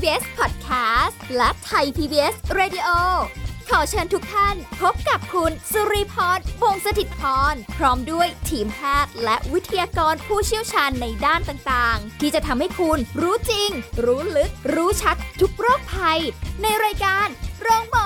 PBS Podcast และ Thai PBS Radio ขอเชิญทุกท่านพบกับคุณสุริพร วงศ์สถิตพรพร้อมด้วยทีมแพทย์และวิทยากรผู้เชี่ยวชาญในด้านต่างๆที่จะทำให้คุณรู้จริงรู้ลึกรู้ชัดทุกโรคภัยในรายการโรงหมอ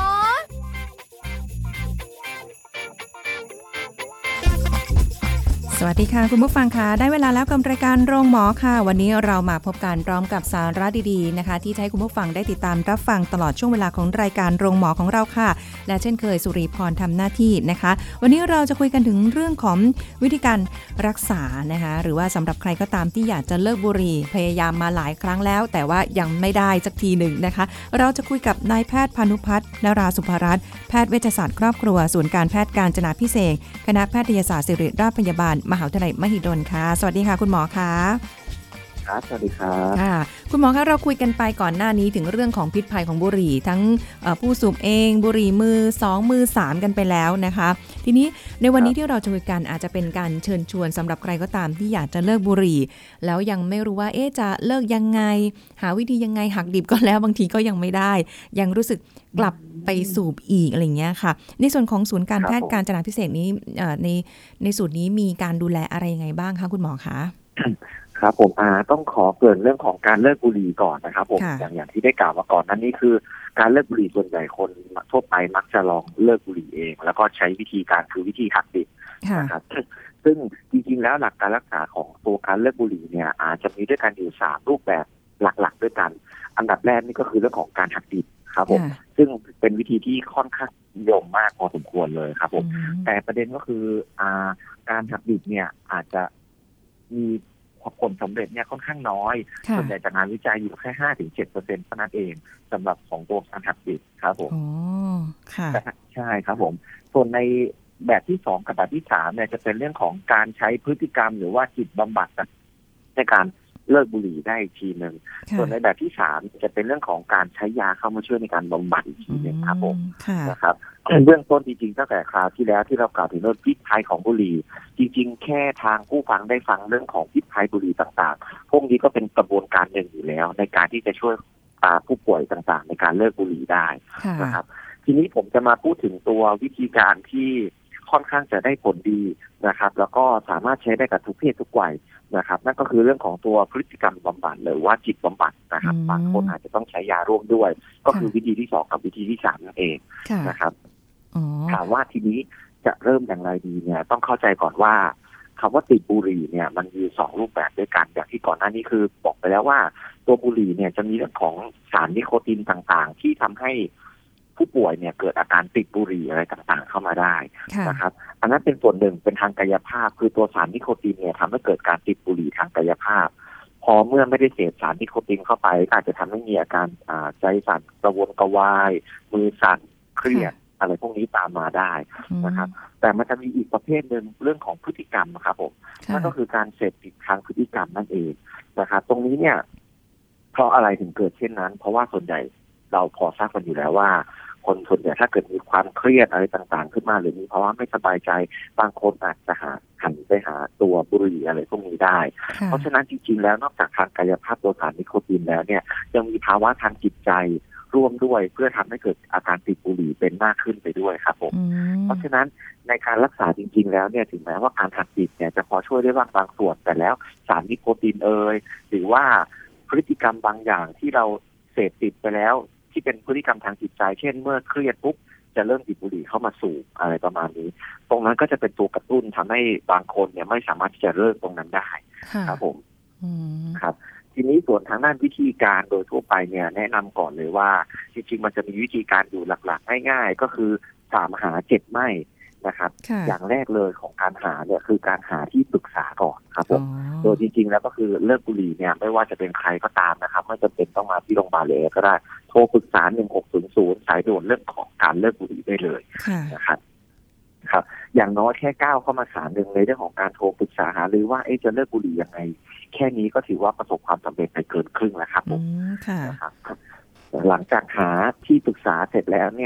สวัสดีค่ะคุณผู้ฟังค่ะได้เวลาแล้วกับรายการโรงหมอค่ะวันนี้เรามาพบกันพร้อมกับสาระดีๆนะคะที่จะให้คุณผู้ฟังได้ติดตามรับฟังตลอดช่วงเวลาของรายการโรงหมอของเราค่ะและเช่นเคยสุริพรทำหน้าที่นะคะวันนี้เราจะคุยกันถึงเรื่องของวิธีการรักษานะคะหรือว่าสำหรับใครก็ตามที่อยากจะเลิกบุหรี่พยายามมาหลายครั้งแล้วแต่ว่ายังไม่ได้สักทีหนึ่งนะคะเราจะคุยกับนายแพทย์พานุพัฒน์นราสุภรัตน์แพทย์เวชศาสตร์ครอบครัวศูนย์การแพทย์กาญจนาภิเษกคณะแพทยศาสตร์ศิริราชพยาบาลมหาวิทยาลัยมหิดลค่ะสวัสดีค่ะคุณหมอคะครับสวัสดีครับค่ะคุณหมอคะเราคุยกันไปก่อนหน้านี้ถึงเรื่องของพิษภัยของบุหรี่ทั้งผู้สูบเองบุหรี่มือ2มือ3กันไปแล้วนะคะทีนี้ในวันนี้ที่เราจะคุยกันอาจจะเป็นการเชิญชวนสำหรับใครก็ตามที่อยากจะเลิกบุหรี่แล้วยังไม่รู้ว่าจะเลิกยังไงหาวิธียังไงหักดิบก็แล้วบางทีก็ยังไม่ได้ยังรู้สึกกลับไปสูบอีกอะไรเงี้ยค่ะในส่วนของศูนย์การแพทย์กาญจนาภิเษกนี้ในสูตรนี้มีการดูแลอะไรยังไงบ้างคะคุณหมอคะครับผมต้องขอเกริ่นเรื่องของการเลิกบุหรี่ก่อนนะครับผมอย่างที่ได้กล่าวมาก่อนนั้นนี่คือการเลิกบุหรี่ส่วนใหญ่คนทั่วไปมักจะลองเลิกบุหรี่เองแล้วก็ใช้วิธีการคือวิธีหักดิบนะครับซึ่งจริงๆแล้วหลักการรักษาของตัวการเลิกบุหรี่เนี่ยอาจจะมีด้วยกันอยู่3รูปแบบหลักๆด้วยกันอันดับแรกนี่ก็คือเรื่องของการหักดิบครับผมซึ่งเป็นวิธีที่ค่อนข้างนิยมมากพอสมควรเลยครับผมแต่ประเด็นก็คือการหักดิบเนี่ยอาจจะมีผลสำเร็จเนี่ยค่อนข้างน้อยส่วนใหญ่จากงานวิจัยอยู่แค่ 5-7% เท่านั้นเองสำหรับของตัวการหักดิบครับผมค่ะใช่ครับผมส่วนในแบบที่2กับแบบที่3เนี่ยจะเป็นเรื่องของการใช้พฤติกรรมหรือว่าจิตบำบัดในการเลิกบุหรี่ได้อีกทีนึงส่วนในแบบที่3จะเป็นเรื่องของการใช้ยาเข้ามาช่วยในการบำบัดอีกทีนึงครับผมนะครับเบื้องต้นจริงๆตั้งแต่คราวที่แล้วที่เรากล่าวถึงเรื่องพิษภัยของบุหรี่จริงๆแค่ทางผู้ฟังได้ฟังเรื่องของพิษภัยบุหรี่ต่างๆพวกนี้ก็เป็นกระบวนการหนึ่งอยู่แล้วในการที่จะช่วยผู้ป่วยต่างๆในการเลิกบุหรี่ได้นะครับทีนี้ผมจะมาพูดถึงตัววิธีการที่ค่อนข้างจะได้ผลดีนะครับแล้วก็สามารถใช้ได้กับทุกเพศทุกวัยนะครับนั่นก็คือเรื่องของตัวพฤติกรรมบำบัดหรือว่าจิตบำบัดนะครับบางคนอาจจะต้องใช้ยาร่วมด้วยก็คือวิธีที่2กับวิธีที่3นั่นเองนะครับถามว่าทีนี้จะเริ่มอย่างไรดีเนี่ยต้องเข้าใจก่อนว่าคำว่าติดบุหรี่เนี่ยมันมี2รูปแบบด้วยกันอย่างที่ก่อนหน้านี้คือบอกไปแล้วว่าตัวบุหรี่เนี่ยจะมีเรื่องของสารนิโคตินต่างๆที่ทำให้ผู้ป่วยเนี่ยเกิดอาการติดบุหรี่อะไรต่างๆเข้ามาได้นะครับอันนั้นเป็นส่วนหนึ่งเป็นทางกายภาพคือตัวสารนิโคตินเนี่ยทำให้เกิดการติดบุหรี่ทางกายภาพพอเมื่อไม่ได้เสพสารนิโคตินเข้าไปอาจจะทำให้มีอาการใจสั่นกระวนกระวายมือสั่นเครียดอะไรพวกนี้ตามมาได้นะครับแต่มันจะมีอีกประเภทนึงเรื่องของพฤติกรรมครับผมนั่นก็คือการเสพติดทางพฤติกรรมนั่นเองนะครับตรงนี้เนี่ยเพราะอะไรถึงเกิดเช่นนั้นเพราะว่าส่วนใหญ่เราพอทราบกันอยู่แล้วว่าคนส่วนใหญ่ถ้าเกิดมีความเครียดอะไรต่างๆขึ้นมาหรือมีภาวะไม่สบายใจบางคนอาจจะหันไปหาตัวบุหรี่อะไรพวกนี้ได้เพราะฉะนั้นจริงๆแล้วนอกจากทางกายภาพตัวสารนิโคตินแล้วเนี่ยยังมีภาวะทางจิตใจร่วมด้วยเพื่อทำให้เกิดอาการติดบุหรี่เป็นมากขึ้นไปด้วยครับผมเพราะฉะนั้นในการรักษาจริงๆแล้วเนี่ยถึงแม้ว่าการหักดิบเนี่ยจะพอช่วยได้บางส่วนแต่แล้วสารนิโคตินหรือว่าพฤติกรรมบางอย่างที่เราเสพติดไปแล้วที่เป็นพฤติกรรมทางจิตใจเช่นเมื่อเครียดปุ๊บจะเริ่มติดบุหรี่เข้ามาสูบอะไรประมาณนี้ตรงนั้นก็จะเป็นตัวกระตุ้นทำให้บางคนเนี่ยไม่สามารถที่จะเลิกตรงนั้นได้ครับผมครับทีนี้ส่วนทางด้านวิธีการโดยทั่วไปเนี่ยแนะนำก่อนเลยว่าจริงๆมันจะมีวิธีการอยู่หลักๆง่ายๆก็คือ3หา7ไม่นะครับอย่างแรกเลยของการหาเนี่ยคือการหาที่ปรึกษาก่อนครับผมโดยจริงๆแล้วก็คือเลิกบุหรี่เนี่ยไม่ว่าจะเป็นใครก็ตามนะครับไม่จำเป็นต้องมาที่โรงพยาบาลเลยก็ได้โทรปรึกษา1600สายด่วนเรื่องของการเลิกบุหรี่ได้เลยนะครับครับอย่างน้อยแค่ก้าวเข้ามาสารหนึ่งในเรื่องของการโทรปรึกษาหาหรือว่าจะเลิกบุหรี่ยังไงแค่นี้ก็ถือว่าประสบความสำเร็จไปเกินครึ่งแล้วครับผมนะครับหลังจากหาที่ปรึกษาเสร็จแล้วเนี่ย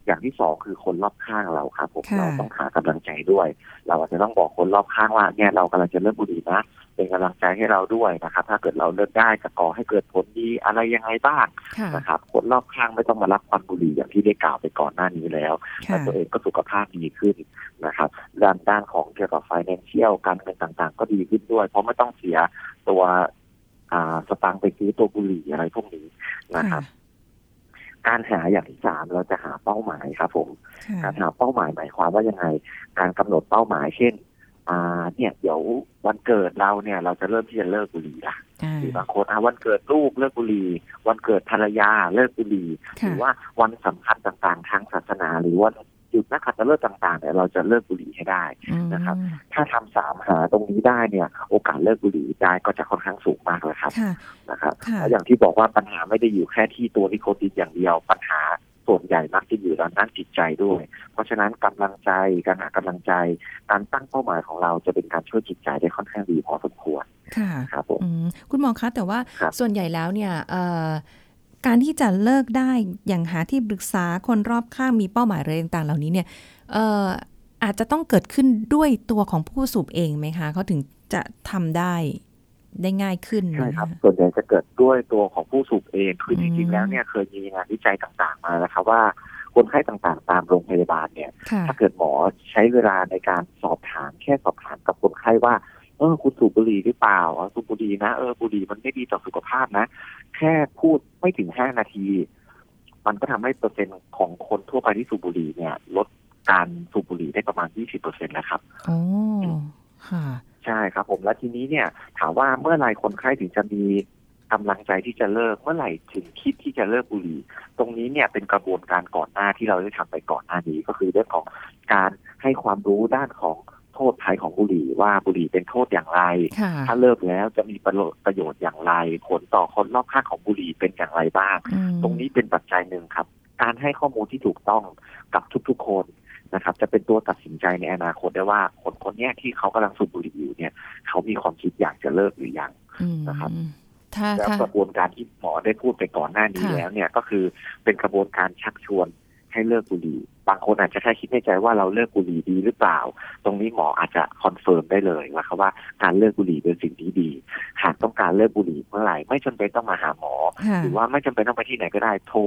อย่างที่สองคือคนรอบข้างเราครับผมเราต้องหากำลังใจด้วยเราอาจจะต้องบอกคนรอบข้างว่าเนี่ยเรากำลังจะเลิกบุหรี่นะเป็นกำลังใจให้เราด้วยนะครับถ้าเกิดเราเลิกได้จะก่อให้เกิดผลดีอะไรยังไงบ้างนะครับคนรอบข้างไม่ต้องมารับควันบุหรี่อย่างที่ได้กล่าวไปก่อนหน้านี้แล้วแต่ตัวเองก็สุขภาพดีขึ้นนะครับด้านของเกี่ยวกับ financial การเงินต่างๆก็ดีขึ้นด้วยเพราะไม่ต้องเสียตัวสตางค์ไปซื้อตัวบุหรี่อะไรพวกนี้นะครับการหาอย่างที่สามเราจะหาเป้าหมายครับผมการหาเป้าหมายหมายความว่ายังไงการกำหนดเป้าหมายเช่นเนี่ยเดี๋ยววันเกิดเราเนี่ยเราจะเริ่มที่จะเลิกบุหรี่ละหรือบางคนวันเกิดลูกเลิกบุหรี่วันเกิดภรรยาเลิกบุหรี่หรือว่าวันสำคัญต่างๆทางศาสนาหรือว่าหยุดนักขัตฤกษ์ต่างๆเนี่ยเราจะเลิกบุหรี่ให้ได้นะครับถ้าทำ3หาตรงนี้ได้เนี่ยโอกาสเลิกบุหรี่ได้ก็จะค่อนข้างสูงมากเลยครับนะครับอย่างที่บอกว่าปัญหาไม่ได้อยู่แค่ที่ตัวนิโคตินอย่างเดียวปัญหาส่วนใหญ่มักจะอยู่ด้านจิตใจด้วยเพราะฉะนั้นกำลังใจการหากำลังใจการตั้งเป้าหมายของเราจะเป็นการช่วยจิตใจได้ค่อนข้างดีพอสมควรครับผมคุณหมอคะแต่ว่าส่วนใหญ่แล้วเนี่ยการที่จะเลิกได้อย่างหาที่ปรึกษาคนรอบข้างมีเป้าหมายอะไรต่างๆเหล่านี้เนี่ยอาจจะต้องเกิดขึ้นด้วยตัวของผู้สูบเองไหมคะเขาถึงจะทำได้ง่ายขึ้นใช่ครับส่วนใหญ่จะเกิดด้วยตัวของผู้สูบเองคือจริงๆแล้วเนี่ยเคยมีงานวิจัยต่างๆมาแล้วครับว่าคนไข้ต่างๆตามโรงพยาบาลเนี่ยถ้าเกิดหมอใช้เวลาในการสอบถามกับคนไข้ว่าคุณสูบบุหรี่หรือเปล่าสูบบุหรี่นะบุหรี่มันไม่ดีต่อสุขภาพนะแค่พูดไม่ถึง5 นาทีมันก็ทำให้เปอร์เซ็นต์ของคนทั่วไปที่สูบบุหรี่เนี่ยลดการสูบบุหรี่ได้ประมาณ 20% แล้วครับอ๋อค่ะใช่ครับผมและทีนี้เนี่ยถามว่าเมื่อไหร่คนไข้ถึงจะมีกำลังใจที่จะเลิกเมื่อไหร่ถึงคิดที่จะเลิกบุหรี่ตรงนี้เนี่ยเป็นกระบวนการก่อนหน้าที่เราได้ทำไปก่อนหน้านี้ก็คือเรื่องของการให้ความรู้ด้านของโทษภัยของบุหรี่ว่าบุหรี่เป็นโทษอย่างไรถ้าเลิกแล้วจะมีประโยชน์อย่างไรผลต่อคนรอบข้างของบุหรี่เป็นอย่างไรบ้างตรงนี้เป็นปัจจัยหนึ่งครับการให้ข้อมูลที่ถูกต้องกับทุกๆคนนะครับจะเป็นตัวตัดสินใจในอนาคตได้ว่าคนนี้ที่เขากำลังสูบบุหรี่อยู่เนี่ยเขามีความคิดอยากจะเลิกหรือยังนะครับแล้วกระบวนการที่หมอได้พูดไปก่อนหน้านี้แล้วเนี่ยก็คือเป็นกระบวนการชักชวนให้เลิกบุหรี่บางคนอาจจะแค่คิดในใจว่าเราเลิกบุหรี่ดีหรือเปล่าตรงนี้หมออาจจะคอนเฟิร์มได้เลยว่าการเลิกบุหรี่เป็นสิ่งที่ดีหากต้องการเลิกบุหรี่เมื่อไหร่ไม่จำเป็นต้องมาหาหมอหรือว่าไม่จำเป็นต้องไปที่ไหนก็ได้โทร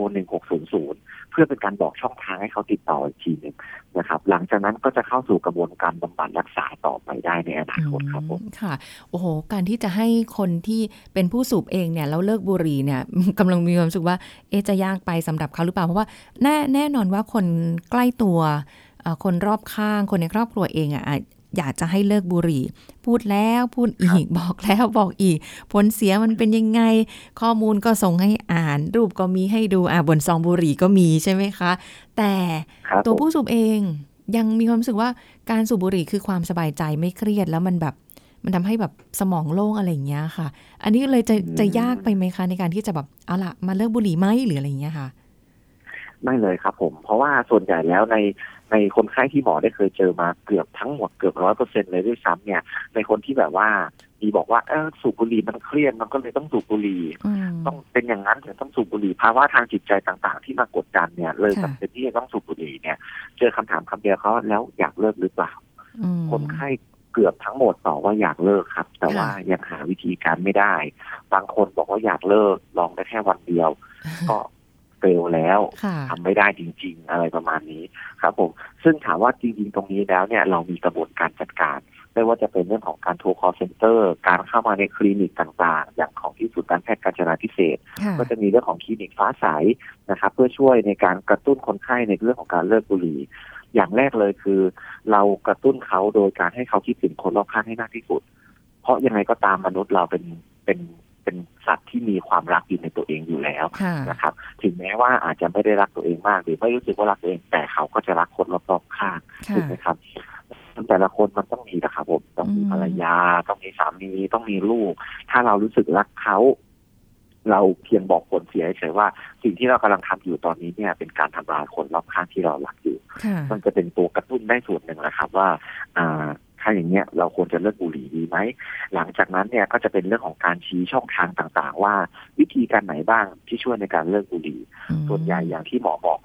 1600เพื่อเป็นการบอกช่องทางให้เขาติดต่ออีกทีนึงนะครับหลังจากนั้นก็จะเข้าสู่กระบวนการบำบัดรักษาต่อไปได้ในอนาคตครับผมค่ะโอ้โหการที่จะให้คนที่เป็นผู้สูบเองเนี่ยแล้วเลิกบุหรี่เนี่ยกำลังมีความรู้สึกว่าจะยากไปสำหรับเขาหรือเปล่าเพราะว่าแน่นอนว่าคนใกล้ตัวคนรอบข้างคนในครอบครัวเองอยากจะให้เลิกบุหรี่พูดแล้วพูดอีกบอกแล้วบอกอีกผลเสียมันเป็นยังไงข้อมูลก็ส่งให้อ่านรูปก็มีให้ดูบนซองบุหรี่ก็มีใช่ไหมคะแต่ตัวผู้สูบเองยังมีความรู้สึกว่าการสูบบุหรี่คือความสบายใจไม่เครียดแล้วมันทำให้แบบสมองโล่งอะไรอย่างเงี้ยค่ะอันนี้เลยจะยากไปไหมคะในการที่จะแบบเอาล่ะมาเลิกบุหรี่ไหมหรืออะไรอย่างเงี้ยค่ะไม่เลยครับผมเพราะว่าส่วนใหญ่แล้วในคนไข้ที่หมอได้เคยเจอมาเกือบทั้งหมดเกือบ 100% เลยด้วยซ้ำเนี่ยในคนที่แบบว่ามีบอกว่าสูบบุหรี่มันเครียดมันก็เลยต้องสูบบุหรี่ต้องเป็นอย่างนั้นถึงต้องสูบบุหรี่ภาวะทางจิตใจต่างๆที่มากดดันเนี่ยเลยจำเป็นที่จะต้องสูบบุหรี่เนี่ยเจอคำถามคำเดียวเขาแล้วอยากเลิกหรือเปล่าคนไข้เกือบทั้งหมดตอบว่าอยากเลิกครับแต่ว่ายังหาวิธีการไม่ได้บางคนบอกว่าอยากเลิกลองได้แค่วันเดียวก็เฟลแล้วทำไม่ได้จริงๆอะไรประมาณนี้ครับผมซึ่งถามว่าจริงๆตรงนี้แล้วเนี่ยเรามีกระบวนการจัดการไม่ว่าจะเป็นเรื่องของการโทร call center การเข้ามาในคลินิกต่างๆอย่างของที่ศูนย์การแพทย์กาญจนาภิเษกก็จะมีเรื่องของคลินิกฟ้าใสนะครับเพื่อช่วยในการกระตุ้นคนไข้ในเรื่องของการเลิกบุหรี่อย่างแรกเลยคือเรากระตุ้นเขาโดยการให้เขาคิดถึงคนรอบข้างให้มากที่สุดเพราะยังไงก็ตามมนุษย์เราเป็นสัตว์ที่มีความรักอยู่ในตัวเองอยู่แล้วนะครับถึงแม้ว่าอาจจะไม่ได้รักตัวเองมากหรือไม่รู้สึกว่ารักตัวเองแต่เขาก็จะรักคนรอบๆข้างถูกไหมครับแต่ละคนมันต้องมีนะครับผมต้องมีภรรยาต้องมีสามีต้องมีลูกถ้าเรารู้สึกรักเขาเราเพียงบอกผลเสียเฉยว่าสิ่งที่เรากำลังทำอยู่ตอนนี้เนี่ยเป็นการทำลายคนรอบข้างที่เรารักอยู่มันจะเป็นตัวกระตุ้นได้ส่วนหนึ่งนะครับว่าถ้าอย่างเงี้ยเราควรจะเลิกบุหรี่ดีไหมหลังจากนั้นเนี่ยก็จะเป็นเรื่องของการชี้ช่องทางต่างๆว่าวิธีการไหนบ้างที่ช่วยในการเลิกบุหรี่ส่วนใหญ่อย่างที่หมอบอกว่า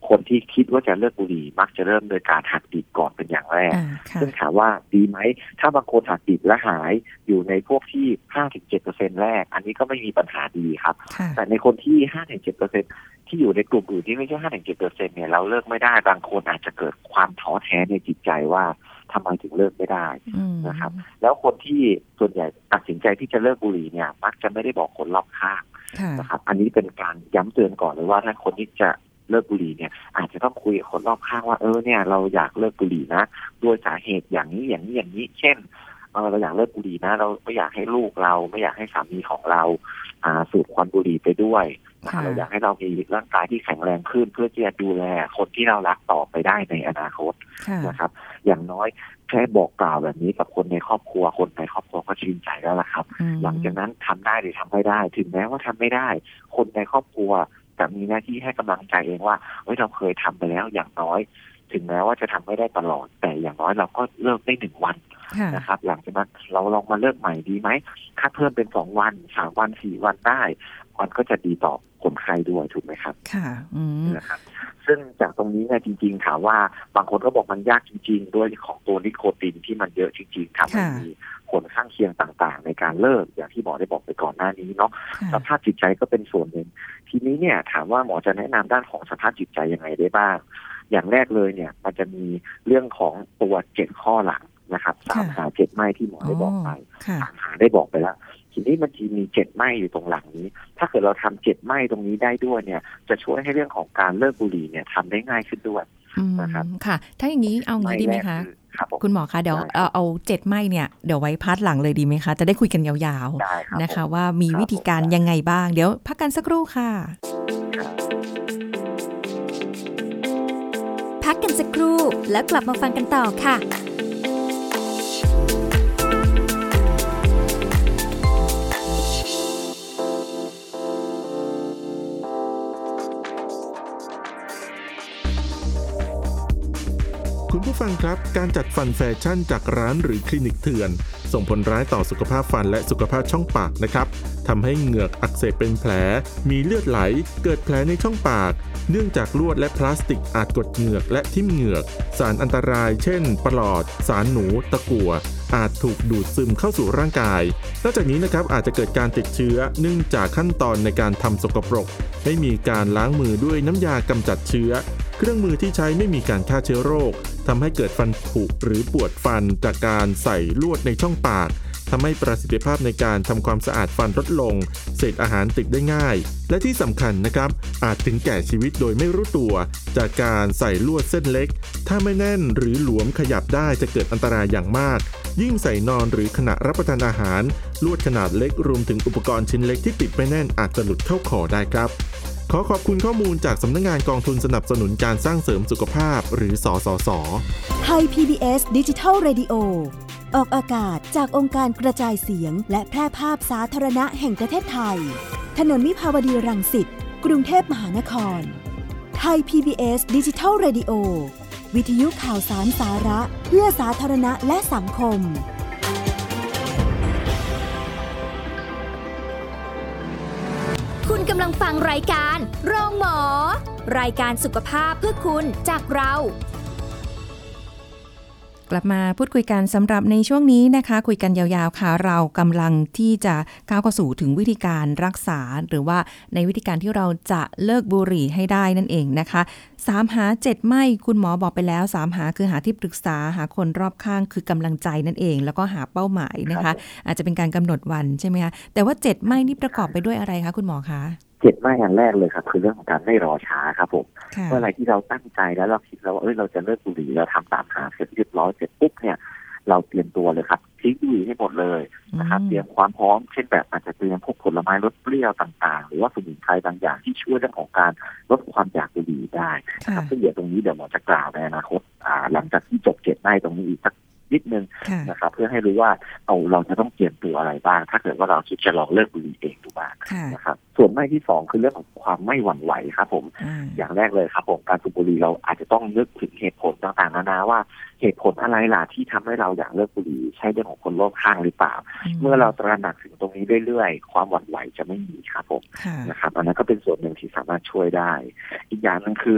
คนที่คิดว่าจะเลิกบุหรี่มักจะเริ่มโดยการหักดิบก่อนเป็นอย่างแรกซึ่งถามว่าดีไหมถ้าบางคนหักดิบและหายอยู่ในพวกที่ 5-7% แรกอันนี้ก็ไม่มีปัญหาดีครับแต่ในคนที่ 5-7% ที่อยู่ในกลุ่มอื่นที่ไม่ใช่ 5-7% เนี่ยเราเลิกไม่ได้บางคนอาจจะเกิดความท้อแท้ในจิตใจว่าทำไมถึงเลิกไม่ได้นะครับแล้วคนที่ส่วนใหญ่ตัดสินใจที่จะเลิกบุหรี่เนี่ยมักจะไม่ได้บอกคนรอบข้างนะครับอันนี้เป็นการย้ำเตือนก่อนเลยว่าถ้าคนที่จะเลิกบุหรี่เนี่ยอาจจะต้องคุยกับคนรอบข้างว่าเนี่ยเราอยากเลิกบุหรี่นะด้วยสาเหตุอย่างนี้อย่างนี้อย่างนี้เช่นเราอยากเลิกบุหรี่นะเราไม่อยากให้ลูกเราไม่อยากให้สามีของเราสูบควันบุหรี่ไปด้วยเราอยากให้เรามีร่างกายที่แข็งแรงขึ้นเพื่อที่จะดูแลคนที่เรารักต่อไปได้ในอนาคตนะครับอย่างน้อยแค่บอกกล่าวแบบนี้กับคนในครอบครัวคนในครอบครัวก็ชื่นใจแล้วล่ะครับหลังจากนั้นทำได้หรือทำไม่ได้ถึงแม้ว่าทำไม่ได้คนในครอบครัวแต่มีหน้าที่ให้กำลังใจเองว่าเราเคยทำไปแล้วอย่างน้อยถึงแม้ว่าจะทำไม่ได้ตลอดแต่อย่างน้อยเราก็เลิกได้1 วันนะครับหลังจากนั้นเราลองมาเลิกใหม่ดีไหมถ้าเพิ่มเป็น2 วัน3 วัน4 วันได้มันก็จะดีต่อคนไข้ด้วยถูกไหมครับค่ะนะครับซึ่งจากตรงนี้เนี่ยจริงๆถามว่าบางคนก็บอกมันยากจริงๆด้วยของตัวนิโคตินที่มันเยอะจริงๆทำให้มีผลข้างเคียงต่างๆในการเลิกอย่างที่หมอได้บอกไปก่อนหน้านี้เนาะสภาพจิตใจก็เป็นส่วนหนึ่งทีนี้เนี่ยถามว่าหมอจะแนะนำด้านของสภาพจิตใจยังไงได้บ้างอย่างแรกเลยเนี่ยมันจะมีเรื่องของตัว7 ข้อหลังนะครับ3 หา 7 ไม่ที่หมอได้บอกไป3 หาได้บอกไปแล้วทีนี้มันจะมี7 ไม่อยู่ตรงหลังนี้ถ้าเกิดเราทำ7 ไม่ตรงนี้ได้ด้วยเนี่ยจะช่วยให้เรื่องของการเลิกบุหรี่เนี่ยทำได้ง่ายขึ้นด้วยนะครับค่ะถ้าอย่างนี้เอางี้ดีไหมคะคุณหมอคะเดี๋ยวเอา7 ไม่เนี่ยเดี๋ยวไว้พาร์ทหลังเลยดีไหมคะจะได้คุยกันยาวๆนะคะว่ามีวิธีการยังไงบ้างเดี๋ยวพักกันสักครู่ค่ะพักกันสักครู่แล้วกลับมาฟังกันต่อค่ะคุณผู้ฟังครับการจัดฟันแฟชั่นจากร้านหรือคลินิกเถื่อนส่งผลร้ายต่อสุขภาพฟันและสุขภาพช่องปากนะครับทำให้เหงือกอักเสบเป็นแผลมีเลือดไหลเกิดแผลในช่องปากเนื่องจากลวดและพลาสติกอาจกดเหงือกและทิ่มเหงือกสารอันตรายเช่นปลอดสารหนูตะกั่วอาจถูกดูดซึมเข้าสู่ร่างกายนอกจากนี้นะครับอาจจะเกิดการติดเชื้อเนื่องจากขั้นตอนในการทำสกปรกไม่มีการล้างมือด้วยน้ำยากำจัดเชื้อเครื่องมือที่ใช้ไม่มีการฆ่าเชื้อโรคทำให้เกิดฟันผุหรือปวดฟันจากการใส่ลวดในช่องปากทำให้ประสิทธิภาพในการทำความสะอาดฟันลดลงเศษอาหารติดได้ง่ายและที่สำคัญนะครับอาจถึงแก่ชีวิตโดยไม่รู้ตัวจากการใส่ลวดเส้นเล็กถ้าไม่แน่นหรือหลวมขยับได้จะเกิดอันตรายอย่างมากยิ่งใส่นอนหรือขณะรับประทานอาหารลวดขนาดเล็กรวมถึงอุปกรณ์ชิ้นเล็กที่ติดไม่แน่นอาจจะหลุดเข้าคอได้ครับขอขอบคุณข้อมูลจากสำนักงานกองทุนสนับสนุนการสร้างเสริมสุขภาพหรือสสส. ไทย PBS Digital Radio ออกอากาศจากองค์การกระจายเสียงและแพร่ภาพสาธารณะแห่งประเทศไทยถนนวิภาวดีรังสิตกรุงเทพมหานครไทย PBS Digital Radio วิทยุข่าวสารสาระเพื่อสาธารณะและสังคมคุณกำลังฟังรายการโรงหมอรายการสุขภาพเพื่อคุณจากเรากลับมาพูดคุยกันสำหรับในช่วงนี้นะคะคุยกันยาวๆค่ะเรากำลังที่จะก้าวเข้าสู่ถึงวิธีการรักษาหรือว่าในวิธีการที่เราจะเลิกบุหรี่ให้ได้นั่นเองนะคะ3 หา 7 ไม่คุณหมอบอกไปแล้ว3 หาคือหาที่ปรึกษาหาคนรอบข้างคือกำลังใจนั่นเองแล้วก็หาเป้าหมายนะคะอาจจะเป็นการกำหนดวันใช่ไหมคะแต่ว่า7 ไม่นี่ประกอบไปด้วยอะไรคะคุณหมอคะ 7 ไม่อย่างแรกเลยครับคือเรื่องของการไม่รอช้าครับผมเมื่อไรที่เราตั้งใจแล้วเราคิดแล้วว่าเราจะเลิกบุหรี่เราทำตามหาเสร็จเรียบร้อยเสร็จปุ๊บเนี่ยเราเตรียมตัวเลยครับทิ้งบุหรี่ให้หมดเลยนะครับเตรียมความพร้อมเช่นแบบอาจจะเตรียมพวกผลไม้รสเปรี้ยวต่างๆหรือว่าสมุนไพรบางอย่างที่ช่วยเรื่องของการลดความอยากบุหรี่ได้นะครับซึ่งเดี๋ยวตรงนี้เดี๋ยวหมอจะกล่าวในอนาคตหลังจากที่จบ7 ไม่ตรงนี้อีกสักนิดนึงนะครับเพื่อให้รู้ว่าเราจะต้องเตรียมตัวอะไรบ้างถ้าเกิดว่าเราคิดจะลองเลิกบุหรี่เองดูบ้างนะครับส่วนไม่ที่2คือเรื่องของความไม่หวั่นไหวครับผมอย่างแรกเลยครับผมการสูบบุหรี่เราอาจจะต้องนึกถึงเหตุผลต่างๆนานาว่าเหตุผลอะไรล่ะที่ทำให้เราอยากเลิกบุหรี่ใช่เรื่องของคนรอบข้างหรือเปล่าเมื่อเราตระหนักถึงตรงนี้เรื่อยๆความหวั่นไหวจะไม่มีครับผมนะครับอันนั้นก็เป็นส่วนหนึ่งที่สามารถช่วยได้อีกอย่างนึงคือ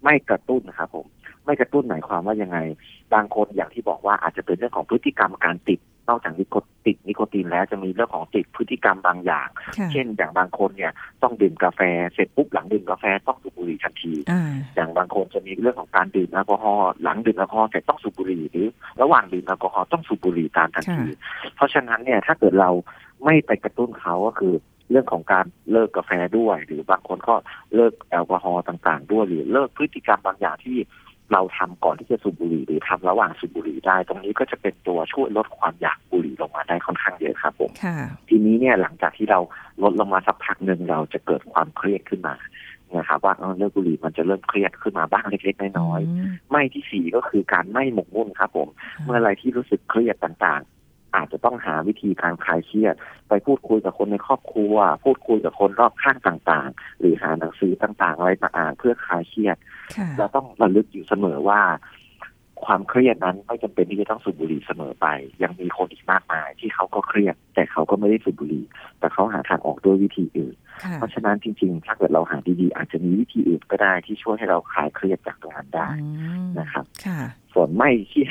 ไม่กระตุ้นนะครับผมไม่กระตุ้นหมายความว่ายังไงบางคนอย่างที่บอกว่าอาจจะเป็นเรื่องของพฤติกรรมการติดนอกจากนิโคตินแล้วจะมีเรื่องของติดพฤติกรรมบางอย่างเช่นอย่างบางคนเนี่ยต้องดื่มกาแฟเสร็จปุ๊บหลังดื่มกาแฟต้องสูบบุหรี่ทันทีอย่างบางคนจะมีเรื่องของการดื่มแอลกอฮอล์หลังดื่มแอลกอฮอล์เสร็จต้องสูบบุหรี่หรือระหว่างดื่มแอลกอฮอล์ต้องสูบบุหรี่ตามทันทีเพราะฉะนั้นเนี่ยถ้าเกิดเราไม่ไปกระตุ้นเขาก็คือเรื่องของการเลิกกาแฟด้วยหรือบางคนก็เลิกแอลกอฮอล์ต่างๆด้วยหรือเลิกพฤติกรรมบางอย่างที่เราทำก่อนที่จะสูบบุหรี่หรือทำระหว่างสูบบุหรี่ได้ตรงนี้ก็จะเป็นตัวช่วยลดความอยากบุหรี่ลงมาได้ค่อนข้างเยอะครับผมทีนี้เนี่ยหลังจากที่เราลดลงมาสักพักหนึ่งเราจะเกิดความเครียดขึ้นมานะครับว่าเลิกบุหรี่มันจะเริ่มเครียดขึ้นมาบ้างเล็กๆน้อยๆไม่ที่4ก็คือการไม่หมกมุ่นครับผมเมื่อไรที่รู้สึกเครียดต่างๆอาจจะต้องหาวิธีการคลายเครียดไปพูดคุยกับคนในครอบครัวพูดคุยกับคนรอบข้างต่างๆหรือหาหนังสือต่างๆอะไรมาอ่านเพื่อคลายเครียดเราต้องระลึกอยู่เสมอว่าความเครียดนั้นไม่จำเป็นที่จะต้องสูบบุหรี่เสมอไปยังมีคนอีกมากมายที่เขาก็เครียดแต่เขาก็ไม่ได้สูบบุหรี่แต่เขาหาทางออกด้วยวิธีอื่นเพราะฉะนั้นจริงๆถ้าเกิดเราหาดีๆอาจจะมีวิธีอื่นก็ได้ที่ช่วยให้เราคลายเครียดจากตรงนั้นได้นะครับส่วนไม่ที่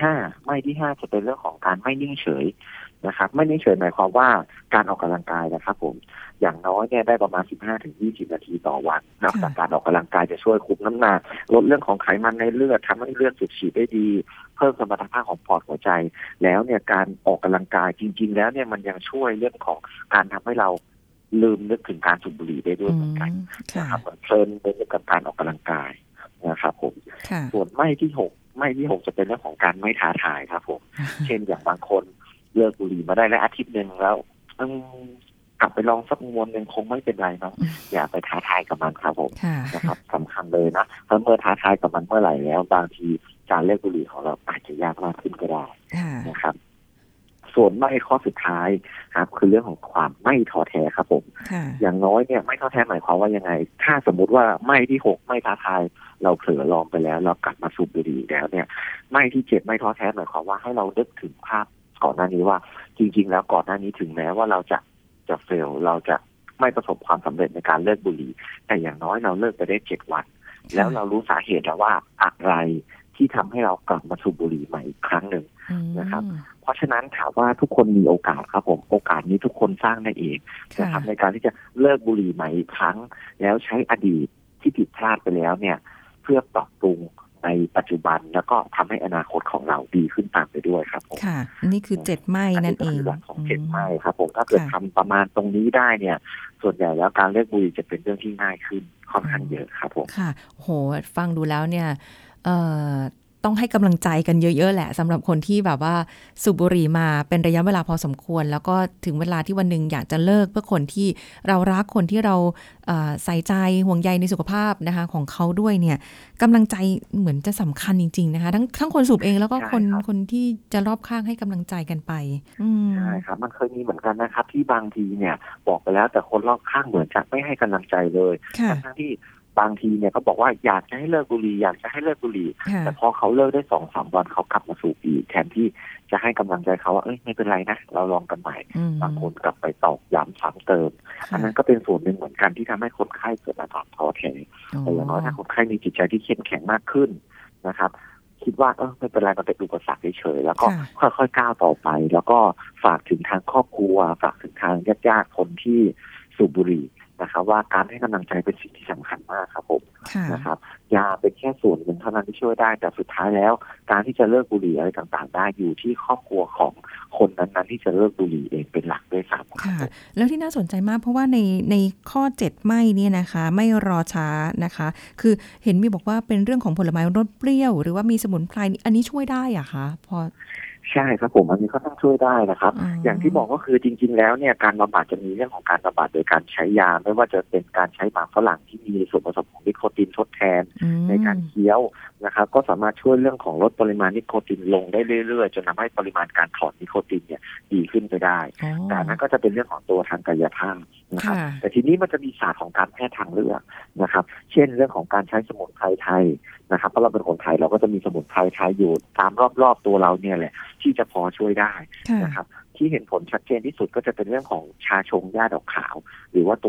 5จะเป็นเรื่องของการไม่นิ่งเฉยนะครับไม่นิ่งเฉยหมายความว่าการออกกำลังกายนะครับผมอย่างน้อยเนี่ยได้ประมาณ 15-20 นาทีต่อวันนอกจากการออกกำลังกายจะช่วยคุมน้ำหนักลดเรื่องของไขมันในเลือดทำให้เลือดสูบฉีดได้ดีเพิ่มสมรรถภาพของปอดหัวใจแล้วเนี่ยการออกกำลังกายจริงๆแล้วเนี่ยมันยังช่วยเรื่องของการทำให้เราลืมนึกถึงการสูบบุหรี่ได้ด้วยเหมือนกันนะครับมันเพลินไปกับการออกกำลังกายนะครับผมส่วนไม่ที่6จะเป็นเรื่องของการไม่ท้าทายครับผมเช่นอย่างบางคนเลิกบุหรี่มาได้แล้วอาทิตย์นึงแล้วกลับไปลองสักมวนนึงคงไม่เป็นไรเนาะอย่าไปท้าทายกับมันครับผมนะครับสำคัญเลยนะเพราะเมื่อท้าทายกับมันเมื่อไหร่แล้วบางทีการเลิกบุหรี่ของเราอาจจะยากมากขึ้นก็ได้นะครับส่วนไม่ข้อสุดท้ายครับคือเรื่องของความไม่ท้อแท้ครับผมอย่างน้อยเนี่ยไม่ท้อแท้หมายความว่ายังไงถ้าสมมุติว่าไม่ที่6ไม่ท้าทายเราเผลอลองไปแล้วเรากลับมาสูบบุหรี่แล้วเนี่ยไม่ที่7ไม่ท้อแท้หมายความว่าให้เรานึกถึงภาพก่อนหน้านี้ว่าจริงๆแล้วก่อนหน้านี้ถึงแม้ว่าเราจะเฟลเราจะไม่ประสบความสำเร็จในการเลิกบุหรี่แต่อย่างน้อยเราเลิกไปได้7 วันแล้วเรารู้สาเหตุแล้วว่าอะไรที่ทำให้เรากลับมาสูบบุหรี่ใหม่อีกครั้งหนึ่งนะครับเพราะฉะนั้นถามว่าทุกคนมีโอกาสครับผมโอกาสนี้ทุกคนสร้างได้เองนะครับในการที่จะเลิกบุหรี่ใหม่อีกครั้งแล้วใช้อดีตที่ผิดพลาดไปแล้วเนี่ยเพื่อปรับปรุงในปัจจุบันแล้วก็ทำให้อนาคตของเราดีขึ้นตามไปด้วยครับผมค่ะนี่คือ7ไม่นั่นเองหลักของ7ไม่ครับผมถ้าเกิดทำประมาณตรงนี้ได้เนี่ยส่วนใหญ่แล้วการเลิกบุหรี่จะเป็นเรื่องที่ง่ายขึ้นค่อนข้างเยอะครับผมค่ะโหฟังดูแล้วเนี่ยต้องให้กำลังใจกันเยอะๆแหละสำหรับคนที่แบบว่าสูบบุหรี่มาเป็นระยะเวลาพอสมควรแล้วก็ถึงเวลาที่วันหนึ่งอยากจะเลิกเพื่อคนที่เรารักคนที่เราใส่ใจห่วงใยในสุขภาพนะคะของเขาด้วยเนี่ยกำลังใจเหมือนจะสำคัญจริงๆนะคะทั้งคนสูบเองแล้วก็คนที่จะรอบข้างให้กำลังใจกันไปใช่ครับมันเคยมีเหมือนกันนะครับที่บางทีเนี่ยบอกไปแล้วแต่คนรอบข้างเหมือนจะไม่ให้กำลังใจเลยทั้งที่บางทีเนี่ยเขาบอกว่าอยากจะให้เลิกบุหรี่อยากจะให้เลิกบุหรี่แต่พอเขาเลิกได้ 2-3 วันเขากลับมาสูบอีกแทนที่จะให้กำลังใจเขาว่าไม่เป็นไรนะเราลองกันใหม่บางคนกลับไปตอกย้ำซ้ำเติมอันนั้นก็เป็นส่วนหนึ่งเหมือนกันที่ทำให้คนไข้เกิดอาการท้อแท้แต่อย่างน้อยถ้าคนไข้มีจิตใจที่เข้มแข็งมากขึ้นนะครับคิดว่าไม่เป็นไรมันเป็นอุปสรรคเฉยๆแล้วก็ค่อยๆก้าวต่อไปแล้วก็ฝากถึงทางครอบครัวฝากถึงทางญาติๆคนที่สูบบุหรี่นะครับว่าการให้กำลังใจเป็นสิ่งที่สำคัญมากครับผมนะครับยาเป็นแค่ส่วนหนึ่งเท่านั้นที่ช่วยได้แต่สุดท้ายแล้วการที่จะเลิกบุหรี่อะไรต่างๆได้อยู่ที่ครอบครัวของคนนั้นๆที่จะเลิกบุหรี่เองเป็นหลักด้วยซ้ำค่ะแล้วที่น่าสนใจมากเพราะว่าในข้อ7ไม่เนี่ยนะคะไม่รอช้านะคะคือเห็นมีบอกว่าเป็นเรื่องของผลไม้รสเปรี้ยวหรือว่ามีสมุนไพรอันนี้ช่วยได้อะคะพอใช่ครับผมอันนี้ก็ต้องช่วยได้นะครับอย่างที่บอกก็คือจริงๆแล้วเนี่ยการบำบัดจะมีเรื่องของการบำบัดโดยการใช้ยาไม่ว่าจะเป็นการใช้หมากฝรั่งที่มีส่วนผสมของนิโคตินทดแทนในการเคี้ยวนะครับก็สามารถช่วยเรื่องของลดปริมาณนิโคตินลงได้เรื่อยๆจนทำให้ปริมาณการถอนนิโคตินเนี่ยดีขึ้นไปได้แต่นั้นก็จะเป็นเรื่องของตัวทางกายภาพนะครับแต่ทีนี้มันจะมีศาสตร์ของการแพทย์ทางเลือกนะครับเช่นเรื่องของการใช้สมุนไพรไทยนะครับเพราะเราเป็นคนไทยเราก็จะมีสมุนไพรไทยอยู่ตามรอบๆตัวเราเนี่ยแหละที่จะพอช่วยได้นะครับที่เห็นผลชัดเจนที่สุดก็จะเป็นเรื่องของชาชงหญ้าดอกขาวหรือว่าตัว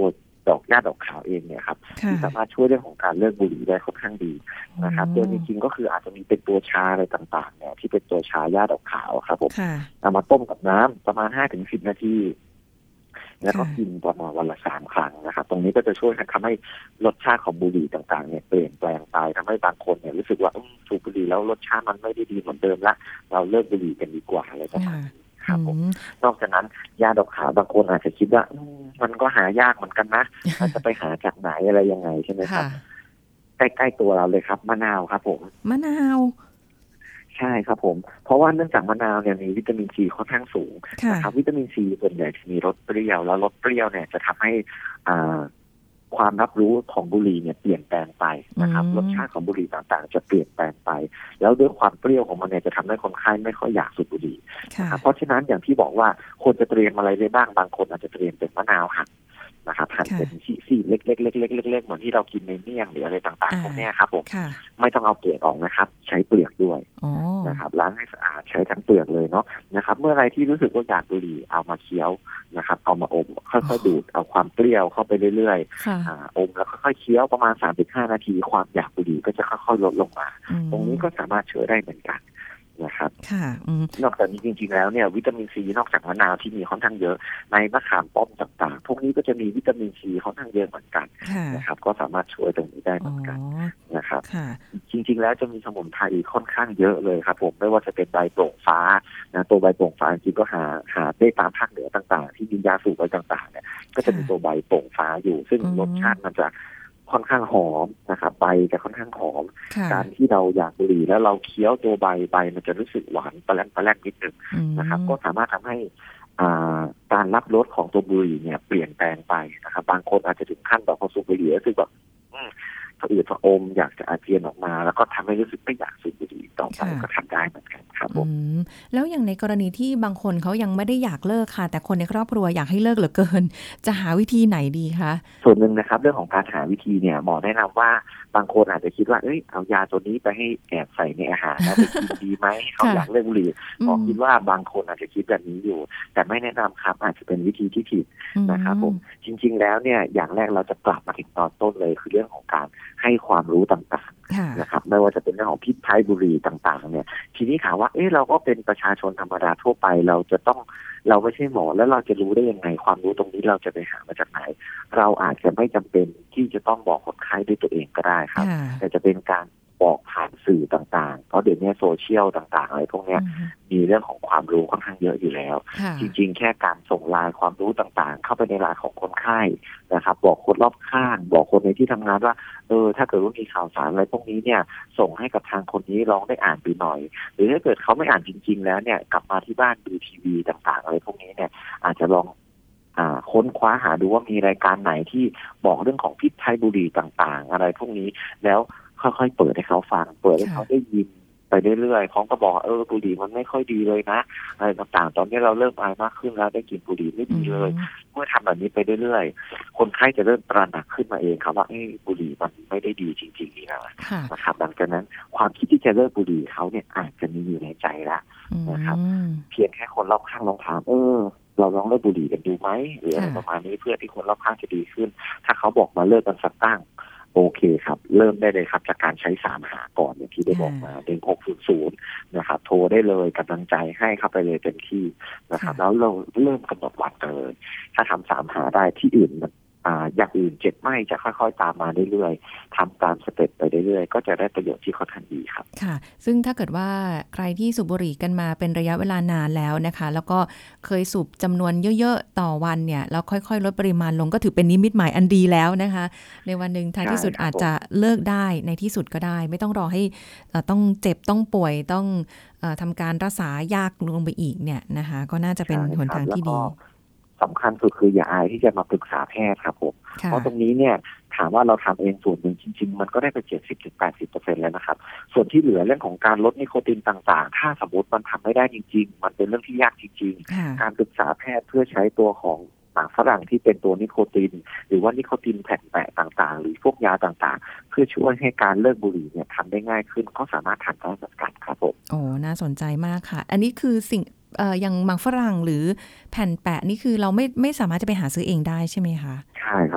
หญ้าดอกขาวเองเนี่ยครับที่สามารถช่วยเรื่องของการเลิกบุหรี่ได้ค่อนข้างดีนะครับโดยจริงๆก็คืออาจจะมีเป็นตัวชาอะไรต่างๆเนี่ยที่เป็นตัวชาหญ้าดอกขาวครับผมเอามาต้มกับน้ำประมาณ 5-10 นาทีแล้วก็กินประมาณวันละ3 ครั้งนะครับตรงนี้ก็จะช่วยทำให้รสชาติของบุหรี่ต่างๆเนี่ยเปลี่ยนแปลงไปทำให้บางคนเนี่ยรู้สึกว่าสูบบุหรี่แล้วรสชาติมันไม่ได้ดีเหมือนเดิมละเราเลิกบุหรี่กันดีกว่าอะไรประมาณนี้ครับผมนอกจากนั้นยาดอกขาวบางคนอาจจะคิดว่ามันก็หายากเหมือนกันนะเราจะไปหาจากไหนอะไรยังไงใช่ไหมครับใกล้ๆตัวเราเลยครับมะนาวครับผมมะนาวใช่ครับผมเพราะว่าเนื่องจากมะนาวเนี่ยมีวิตามินซีค่อนข้างสูงนะครับวิตามินซีส่วนใหญ่จะมีรสเปรี้ยวแล้วรสเปรี้ยวเนี่ยจะทำให้ความรับรู้ของบุหรี่เนี่ยเปลี่ยนแปลงไปนะครับรสชาติของบุหรี่ต่างๆจะเปลี่ยนแปลงไปแล้วด้วยความเปรี้ยวของมันเนี่ยจะทำให้คนไข้ไม่ค่อยอยากสูบบุหรี่นะครับเพราะฉะนั้นอย่างที่บอกว่าควรจะเตรียมอะไรได้บ้างบางคนอาจจะเตรียมเป็นมะนาวหั่นนะครับหั่นเป็นซี่ๆเล็กๆๆๆๆเหมือนที่เรากินในเมี่ยงหรืออะไรต่างๆพวกนี้ครับผมไม่ต้องเอาเปลือกออกนะครับใช้เปลือกด้วยนะครับล้างให้สะอาดใช้ทั้งเปลือกเลยเนาะนะครับเมื่อไรที่รู้สึกว่าอยากบุหรี่เอามาเคี้ยวนะครับเอามาอมค่อยๆดูดเอาความเปรี้ยวเข้าไปเรื่อยๆอมแล้วค่อยๆเคี้ยวประมาณ 3-5 นาทีความอยากบุหรี่ก็จะค่อยๆลดลงมาตรงนี้ก็สามารถช่วยได้เหมือนกันนะครับนอกจากนี้จริงๆแล้วเนี่ยวิตามินซีนอกจากมะนาวที่มีค่อนข้างเยอะในมะขามป้อมต่างๆพวกนี้ก็จะมีวิตามินซีค่อนข้างเยอะเหมือนกันนะครับก็สามารถช่วยตรงนี้ได้เหมือนกันนะครับจริงๆแล้วจะมีสมุนไพรค่อนข้างเยอะเลยครับผมไม่ว่าจะเป็นใบโป่งฟ้านะตัวใบโป่งฟ้าจริงๆก็หาได้ตามภาคเหนือต่างๆที่มียาสูบอะไรต่างๆเนี่ยก็จะมีตัวใบโป่งฟ้าอยู่ซึ่งรสชาติมันจะค่อนข้างหอมนะครับใบจะค่อนข้างหอมการที่เราอยากบุหรี่แล้วเราเคี้ยวตัวใบมันจะรู้สึกหวานปลาแรกนิดนึงนะครับก็สามารถทำให้การรับรสของตัวบุหรี่เนี่ยเปลี่ยนแปลงไปนะครับบางคนอาจจะถึงขั้นแบบพอสูบบุหรี่แล้วรู้สึกแบบผะอืดผะอมอยากจะอาเจียนออกมาแล้วก็ทำให้รู้สึกไม่อยากสูบบุหรี่ต่อไปก็ทำได้เหมือนกันครับผมแล้วอย่างในกรณีที่บางคนเขายังไม่ได้อยากเลิกค่ะแต่คนในครอบครัวอยากให้เลิกเหลือเกินจะหาวิธีไหนดีคะส่วนหนึ่งนะครับเรื่องของการหาวิธีเนี่ยหมอแนะนำว่าบางคนอาจจะคิดว่าเอายาตัวนี้ไปให้แอบใส่ในอาหารแล้วไปกินดีไหมเขาอยากเลิกบุหรี่หมอคิดว่าบางคนอาจจะคิดแบบนี้อยู่แต่ไม่แนะนำครับอาจจะเป็นวิธีที่ผิดนะครับผมจริงๆแล้วเนี่ยอย่างแรกเราจะกลับมาถึงตอนต้นเลยคือเรื่องของการให้ความรู้ต่างๆนะครับไม่ว่าจะเป็นเรื่องของพิษภัยบุหรี่ต่างๆเนี่ยทีนี้ถามว่าเราก็เป็นประชาชนธรรมดาทั่วไปเราไม่ใช่หมอแล้วเราจะรู้ได้ยังไงความรู้ตรงนี้เราจะไปหามาจากไหนเราอาจจะไม่จำเป็นที่จะต้องบอกคนไข้ด้วยตัวเองก็ได้ครับแต่จะเป็นการบอกผ่านสื่อต่างๆเพราะเดี๋ยวนี้โซเชียลต่างๆอะไรพวกนี้มีเรื่องของความรู้ค่อนข้างเยอะอยู่แล้วจริงๆแค่การส่งไลน์ความรู้ต่างๆเข้าไปในไลน์ของคนไข้นะครับบอกคนรอบข้างบอกคนในที่ทำงานว่าถ้าเกิดว่ามีข่าวสารอะไรพวกนี้เนี่ยส่งให้กับทางคนนี้ลองได้อ่านดูหน่อยหรือถ้าเกิดเขาไม่อ่านจริงๆแล้วเนี่ยกลับมาที่บ้านดูทีวีต่างๆอะไรพวกนี้เนี่ยอาจจะลองค้นคว้าหาดูว่ามีรายการไหนที่บอกเรื่องของพิษภัยบุหรี่ต่างๆอะไรพวกนี้แล้วค่อยๆเปิดให้เขาฟังเปิดให้เขาได้ยินไปเรื่อยๆเขาก็บอกบุหรี่มันไม่ค่อยดีเลยนะอะไรต่างๆตอนนี้เราเริ่มอายมากขึ้นแล้วได้กินบุหรี่ไม่ดีเลยเมื่อทำแบบนี้ไปเรื่อยๆคนไข้จะเริ่มตระหนักขึ้นมาเองครับว่าบุหรี่มันไม่ได้ดีจริงๆนะครับหลังจากนั้นความคิดที่จะเลิกบุหรี่เขาเนี่ยอาจจะมีอยู่ในใจแล้วนะครับเพียงแค่คนรอบข้างลองถามเราลองเลิกบุหรี่กันดูไหมหรืออะไรประมาณนี้เพื่อที่คนรอบข้างจะดีขึ้นถ้าเขาบอกมาเลิกกันสักตั้งโอเคครับเริ่มได้เลยครับจากการใช้3หาก่อนอย่างที่ได้บอกมา1600นะครับโทรได้เลยกำลังใจให้เข้าไปเลยเต็มที่นะครับแล้วเราเริ่มกำหนดวันเลยถ้าทำ3หาได้ที่อื่นอย่างอื่นเจ็บไม่จะค่อยๆตามมาเรื่อยๆทำตามสเต็ปไปเรื่อยๆก็จะได้ประโยชน์ที่ค่อนข้างดีครับค่ะซึ่งถ้าเกิดว่าใครที่สูบบุหรี่กันมาเป็นระยะเวลานานแล้วนะคะแล้วก็เคยสูบจำนวนเยอะๆต่อวันเนี่ยแล้วค่อยๆลดปริมาณลงก็ถือเป็นนิมิตหมายอันดีแล้วนะคะในวันหนึ่งท้ายที่สุดอาจจะเลิกได้ในที่สุดก็ได้ไม่ต้องรอให้ต้องเจ็บต้องป่วยต้องทำการรักษายากลงไปอีกเนี่ยนะคะก็น่าจะเป็นหนทางที่ดีสำคัญสุดคืออย่าอายที่จะมาปรึกษาแพทย์ครับผมเพราะตรงนี้เนี่ยถามว่าเราทำเองส่วนหนึ่งจริงๆมันก็ได้ไป 70-80% แล้วนะครับส่วนที่เหลือเรื่องของการลดนิโคตินต่างๆถ้าสมมติมันทำไม่ได้จริงๆมันเป็นเรื่องที่ยากจริงๆการปรึกษาแพทย์เพื่อใช้ตัวของหมากฝรั่งที่เป็นตัวนิโคตินหรือว่านิโคตินแผ่นแปะต่างๆหรือพวกยาต่างๆเพื่อช่วยให้การเลิกบุหรี่เนี่ยทำได้ง่ายขึ้นก็สามารถทำได้เหมือนกันครับผมโอ้น่าสนใจมากค่ะอันนี้คือสิ่งอย่างหมากฝรั่งหรือแผ่นแปะนี่คือเราไม่สามารถจะไปหาซื้อเองได้ใช่ไหมคะใช่ครับ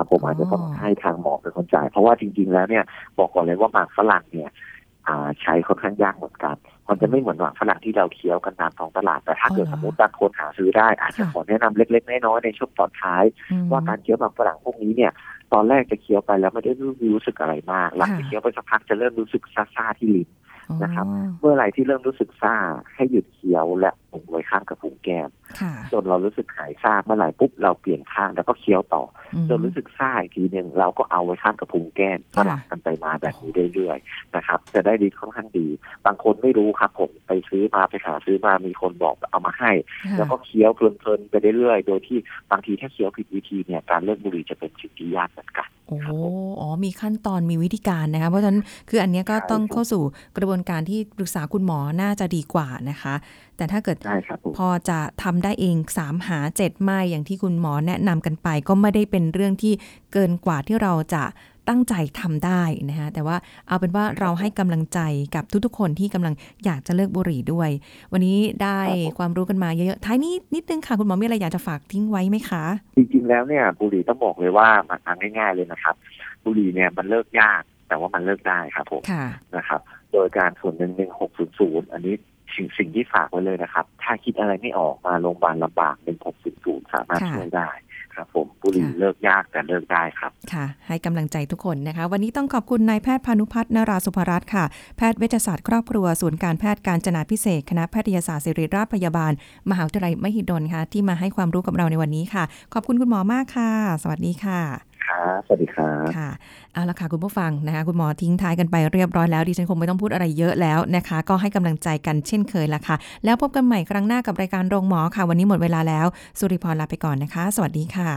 ผมอาจจะต้องให้ทางหมอเป็นคนจ่ายเพราะว่าจริงๆแล้วเนี่ยบอกก่อนเลยว่าหมากฝรั่งเนี่ยใช้ค่อนข้างยากเหมือนกันมันจะไม่เหมือนหมากฝรั่งที่เราเคี้ยวกันตามท้องตลาดแต่ถ้าเกิดสมมติบางคนหาซื้อได้อาจจะขอแนะนำเล็กๆน้อยๆในช่วงตอนท้ายว่าการเคี้ยวหมากฝรั่งพวกนี้เนี่ยตอนแรกจะเคี้ยวไปแล้วไม่ได้รู้สึกอะไรมากหลังจากเคี้ยวไปสักพักจะเริ่มรู้สึกซ่าๆที่ลิ้นนะครับเมื่อไหร่ที่เริ่มรู้สึกซ่าให้หยุดเคี้ยวและปุ่มไว้ข้างกระพุ้งแก้มจนเรารู้สึกหายซ่าเมื่อไหร่ปุ๊บเราเปลี่ยนข้างแล้วก็เคี้ยวต่อจนรู้สึกซ่าอีกทีนึงเราก็เอาไว้ข้างกระพุ้งแก้มสลับกันไปมาแบบนี้เรื่อยๆนะครับจะได้ดีค่อนข้างดีบางคนไม่รู้ครับผมไปซื้อมาไปหาซื้อมามีคนบอกเอามาให้แล้วก็เคี้ยวเพลินๆไปเรื่อยๆโดยที่บางทีถ้าเคี้ยวผิดวิธีเนี่ยการเลิกบุหรี่จะเป็นสิ่งที่ยากเหมือนกันมีขั้นตอนมีวิธีการนะคะเพราะฉะนั้นคืออันนี้ก็ต้องเข้าสู่กระบวนการที่ปรึกษาคุณหมอน่าจะดีกว่านะคะแต่ถ้าเกิดพอจะทำได้เอง3หา7ไม่อย่างที่คุณหมอแนะนำกันไปก็ไม่ได้เป็นเรื่องที่เกินกว่าที่เราจะตั้งใจทำได้นะคะแต่ว่าเอาเป็นว่าเราให้กำลังใจกับทุกๆคนที่กำลังอยากจะเลิกบุหรี่ด้วยวันนี้ได้ความรู้กันมาเยอะๆท้ายนี้นิดนึงค่ะคุณหมอมีอะไรอยากจะฝากทิ้งไว้ไหมคะจริงๆแล้วเนี่ยบุหรี่ต้องบอกเลยว่ามันทางง่ายๆเลยนะครับบุหรี่เนี่ยมันเลิกยากแต่ว่ามันเลิกได้ครับผมนะครับโดยการส่วน1600อันนี้สิ่งที่ฝากไว้เลยนะครับถ้าคิดอะไรไม่ออกมาโรงพยาบาลลำบาก1600สามารถช่วยได้ครับผมบุหรี่เลิกยากแต่เลิกได้ครับค่ะให้กำลังใจทุกคนนะคะวันนี้ต้องขอบคุณนายแพทย์พานุพัฒน์นราสุภรัตน์ค่ะแพทย์เวชศาสตร์ครอบครัวศูนย์การแพทย์กาญจนาภิเษกคณะแพทยศาสตร์ศิริราชพยาบาลมหาวิทยาลัยมหิดลค่ะที่มาให้ความรู้กับเราในวันนี้ค่ะขอบคุณคุณหมอมากค่ะสวัสดีค่ะสวัสดีครับค่ะเอาละค่ะคุณผู้ฟังนะคะคุณหมอทิ้งท้ายกันไปเรียบร้อยแล้วดิฉันคงไม่ต้องพูดอะไรเยอะแล้วนะคะก็ให้กำลังใจกันเช่นเคยละค่ะแล้วพบกันใหม่ครั้งหน้ากับรายการโรงหมอค่ะวันนี้หมดเวลาแล้วสุริพรลาไปก่อนนะคะสวัสดีค่ะ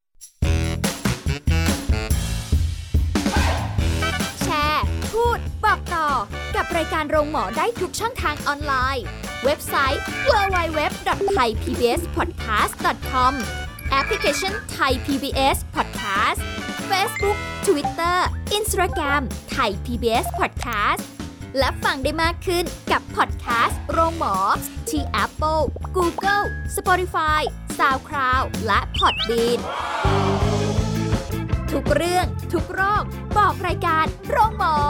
แชร์พูดบอกต่อกับรายการโรงหมอได้ทุกช่องทางออนไลน์เว็บไซต์ www.thaipbspodcast.com แอปพลิเคชัน Thai PBS Podcast Facebook Twitter Instagram Thai PBS Podcast และฟังได้มากขึ้นกับพอดแคสต์โรงหมอที่ Apple, Google, Spotify, SoundCloud และ Podbean ทุกเรื่องทุกโรคบอกรายการโรงหมอ